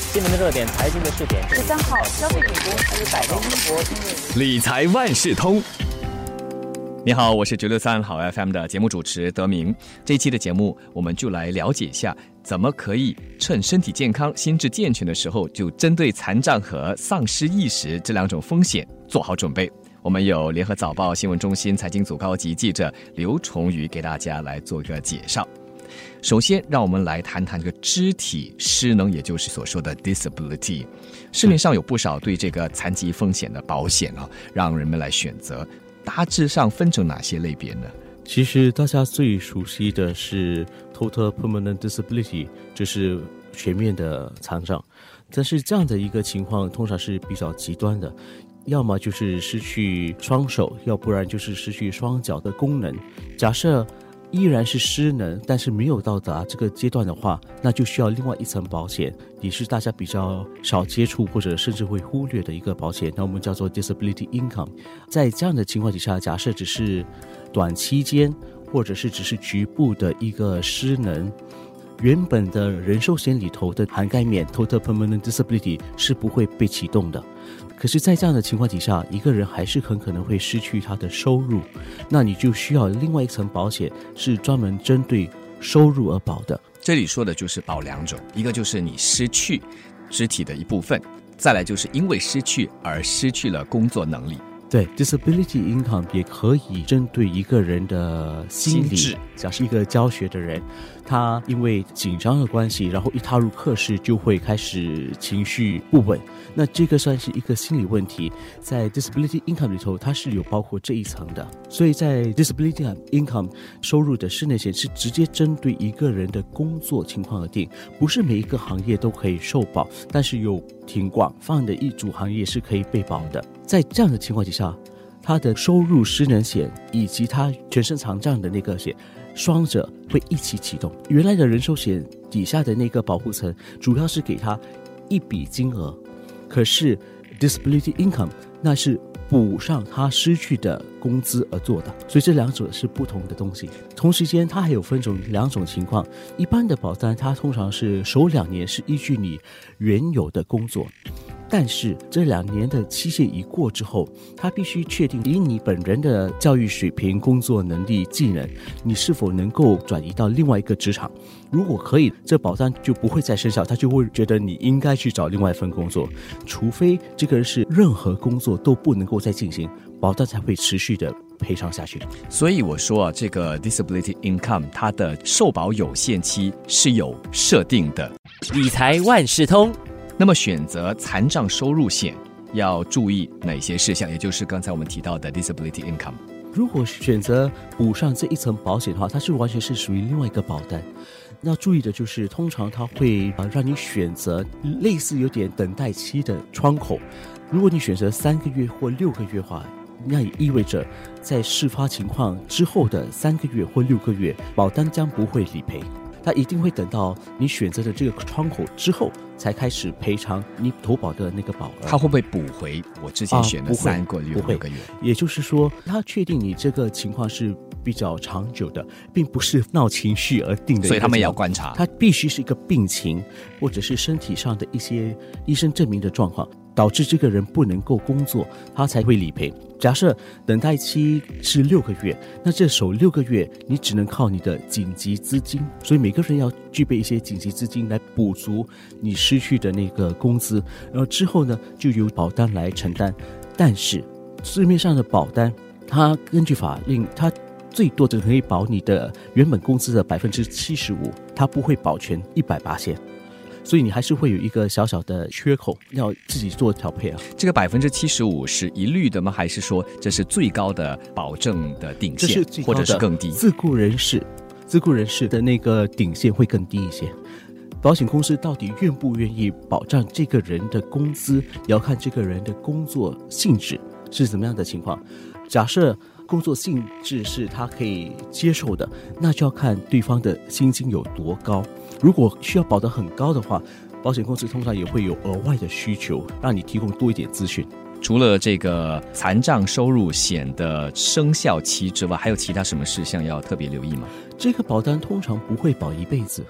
新闻的热点，财经的试点。 13号，消费品公司百威英博因为理财万事通。你好，我是963好 FM 的节目主持德明。这一期的节目，我们就来了解一下，怎么可以趁身体健康、心智健全的时候，就针对残障和丧失意识这两种风险做好准备。我们有联合早报新闻中心财经组高级记者刘崇宇给大家来做一个介绍。首先，让我们来谈谈这个肢体失能，也就是所说的 disability。市面上有不少对这个残疾风险的保险让人们来选择。大致上分成哪些类别呢？ 其实大家最熟悉的是 Total Permanent Disability， 就是全面的残障。但是这样的一个情况通常是比较极端的，要么就是失去双手，要不然就是失去双脚的功能。假设依然是失能，但是没有到达这个阶段的话，那就需要另外一层保险，也是大家比较少接触或者甚至会忽略的一个保险，那我们叫做 Disability Income。 在这样的情况底下，假设只是短期间或者是只是局部的一个失能，原本的人寿险里头的涵盖面 Total Permanent Disability 是不会被启动的。可是在这样的情况底下，一个人还是很可能会失去他的收入，那你就需要另外一层保险，是专门针对收入而保的。 这里说的就是保两种，一个就是你失去肢体的一部分，再来就是因为失去而失去了工作能力。 对 Disability Income 也可以针对一个人的心理，假设一个教学的人，他因为紧张的关系，然后一踏入课室就会开始情绪不稳，那这个算是一个心理问题。在 Disability Income 里头，它是有包括这一层的。所以在 Disability Income 收入的失能险是直接针对一个人的工作情况而定，不是每一个行业都可以受保，但是有挺广泛的一组行业是可以被保的。在这样的情况底下，他的收入失能险以及他全身残障的那个险，双者会一起启动。原来的人寿险底下的那个保护层主要是给他一笔金额，可是 Disability Income 那是补上他失去的工资而做的，所以这两者是不同的东西。同时间它还有分两种情况，一般的保单它通常是首2年是依据你原有的工作，但是这2年的期限一过之后，他必须确定以你本人的教育水平、工作能力、技能，你是否能够转移到另外一个职场。如果可以，这保单就不会再生效，他就会觉得你应该去找另外一份工作，除非这个人是任何工作都不能够再进行，保单才会持续的赔偿下去。 所以我说这个 Disability Income 它的受保有限期是有设定的。 理财万事通。 那么选择残障收入险要注意哪些事项，也就是刚才我们提到的 Disability Income。 如果选择补上这一层保险的话，它是完全是属于另外一个保单。要注意的就是，通常它会让你选择类似有点等待期的窗口。如果你选择3个月或6个月的话，那也意味着在事发情况之后的3个月或6个月，保单将不会理赔。它一定会等到你选择的这个窗口之后才开始赔偿你投保的那个保额。 它会不会补回我之前选的3个月、6个月？ 也就是说，它确定你这个情况是比较长久的，并不是闹情绪而定的。 所以他们也要观察， 它必须是一个病情或者是身体上的一些医生证明的状况，导致这个人不能够工作，他才会理赔。假设等待期是6个月，那这首6个月你只能靠你的紧急资金，所以每个人要具备一些紧急资金来补足你失去的那个工资，然后之后呢就由保单来承担。但是市面上的保单，它根据法令，它最多只可以保你的原本工资的 75%， 它不会保全100%。所以你还是会有一个小小的缺口，要自己做调配啊。 这个 75% 是一律的吗？还是说这是最高的保证的顶线，或者是更低？ 自雇人士的那个顶线会更低一些。保险公司到底愿不愿意保障这个人的工资，也要看这个人的工作性质是怎么样的情况。假设工作性质是他可以接受的，那就要看对方的薪金有多高。如果需要保得很高的话，保险公司通常也会有额外的需求，让你提供多一点资讯。 除了这个残障收入险的生效期之外，还有其他什么事项要特别留意吗？ 这个保单通常不会保一辈子，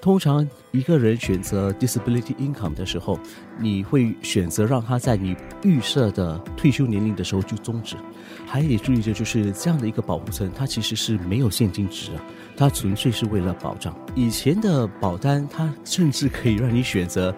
通常一个人选择 disability income 的时候，你会选择让他在你预设的退休年龄的时候就终止。还得注意的就是这样的一个保护层，它其实是没有现金值的，它纯粹是为了保障。以前的保单它甚至可以让你选择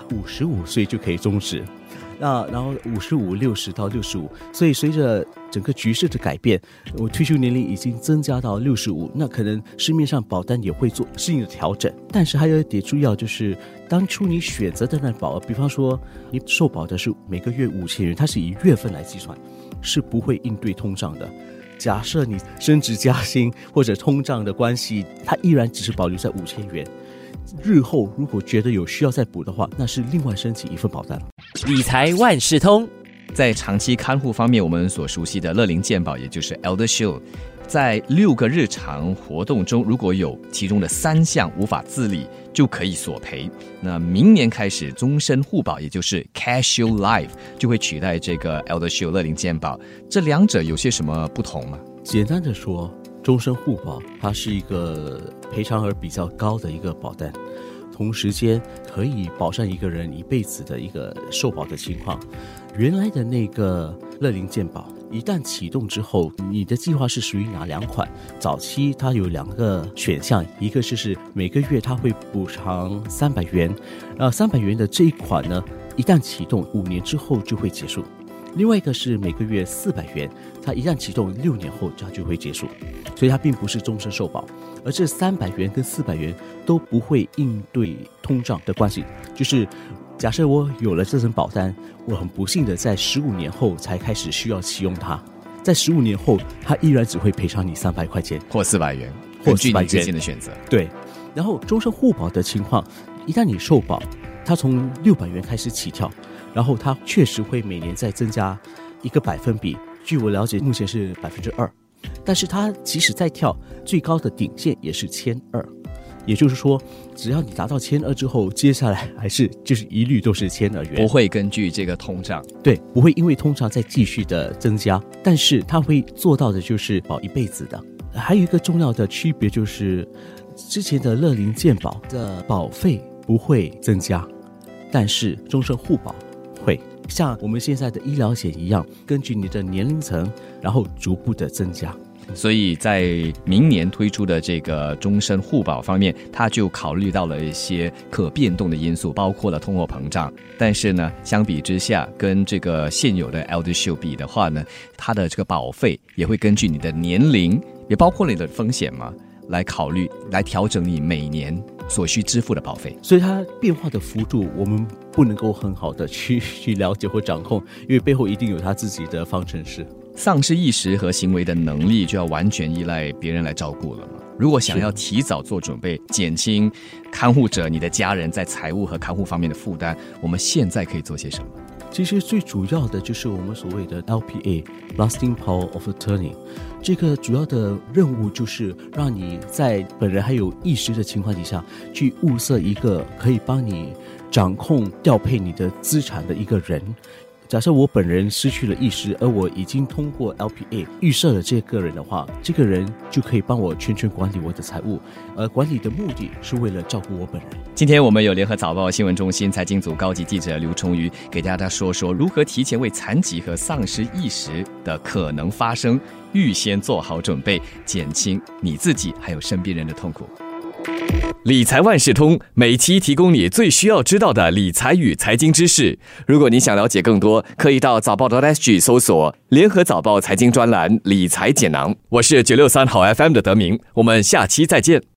55岁就可以终止，然后55、60到65，所以随着整个局势的改变，我退休年龄已经增加到65，那可能市面上保单也会做适应的调整。但是还有一点注意要，就是当初你选择的那保额，比方说你受保的是每个月5000元，它是以月份来计算，是不会应对通胀的。假设你升职加薪或者通胀的关系，它依然只是保留在5000元。日后如果觉得有需要再补的话，那是另外申请一份保单。 理财万事通。 在长期看护方面，我们所熟悉的乐龄健保，也就是 ElderShield， 在6个日常活动中，如果有其中的3项无法自理，就可以索赔。那明年开始，终身护保，也就是 CareShield Life， 就会取代这个 ElderShield 乐龄健保。这两者有些什么不同吗？ 简单的说，终身护保它是一个赔偿额比较高的一个保单，同时间可以保障一个人一辈子的一个受保的情况。原来的那个乐龄健保一旦启动之后，你的计划是属于哪2款？早期它有2个选项，一个就是每个月它会补偿300元，300元的这一款呢，一旦启动5年之后就会结束。另外一个是每个月400元，它一旦启动6年后它就会结束，所以它并不是终身受保。而这300元跟400元都不会应对通胀的关系，就是假设我有了这层保单，我很不幸的在15年后才开始需要启用它，在15年后它依然只会赔偿你300块钱或400元， 或400元之间的选择。 对，然后终身护保的情况，一旦你受保，它从600元开始起跳，然后它确实会每年再增加一个百分比，据我了解目前是2%，但是它即使再跳，最高的顶线也是1200，也就是说只要你达到1200之后，接下来还是就是一律都是1200元， 不会根据这个通胀， 对，不会因为通胀再继续的增加，但是它会做到的就是保一辈子的。还有一个重要的区别就是，之前的乐龄健保的保费不会增加，但是终身护保会像我们现在的医疗险一样，根据你的年龄层，然后逐步的增加。 所以在明年推出的这个终身护保方面，它就考虑到了一些可变动的因素，包括了通货膨胀。但是呢，相比之下，跟这个现有的 ElderShield 比的话呢，它的这个保费也会根据你的年龄，也包括你的风险嘛，来考虑，来调整你每年所需支付的保费。 所以它变化的幅度我们不能够很好的去了解或掌控，因为背后一定有它自己的方程式。 丧失意识和行为的能力就要完全依赖别人来照顾了嘛。如果想要提早做准备，减轻看护者你的家人在财务和看护方面的负担，我们现在可以做些什么？ 其实最主要的就是我们所谓的 LPA Lasting Power of Attorney， 这个主要的任务就是让你在本人还有意识的情况底下，去物色一个可以帮你掌控调配你的资产的一个人。假设我本人失去了意识，而我已经通过 LPA 预设了这个人的话，这个人就可以帮我全权管理我的财务，而管理的目的是为了照顾我本人。 今天我们有联合早报新闻中心财经组高级记者刘崇瑜给大家说说如何提前为残疾和丧失意识的可能发生预先做好准备，减轻你自己还有身边人的痛苦。理财万事通每期提供你最需要知道的理财与财经知识。如果你想了解更多，可以到早报.sg 搜索联合早报财经专栏理财简囊。我是963好 FM 的德明，我们下期再见。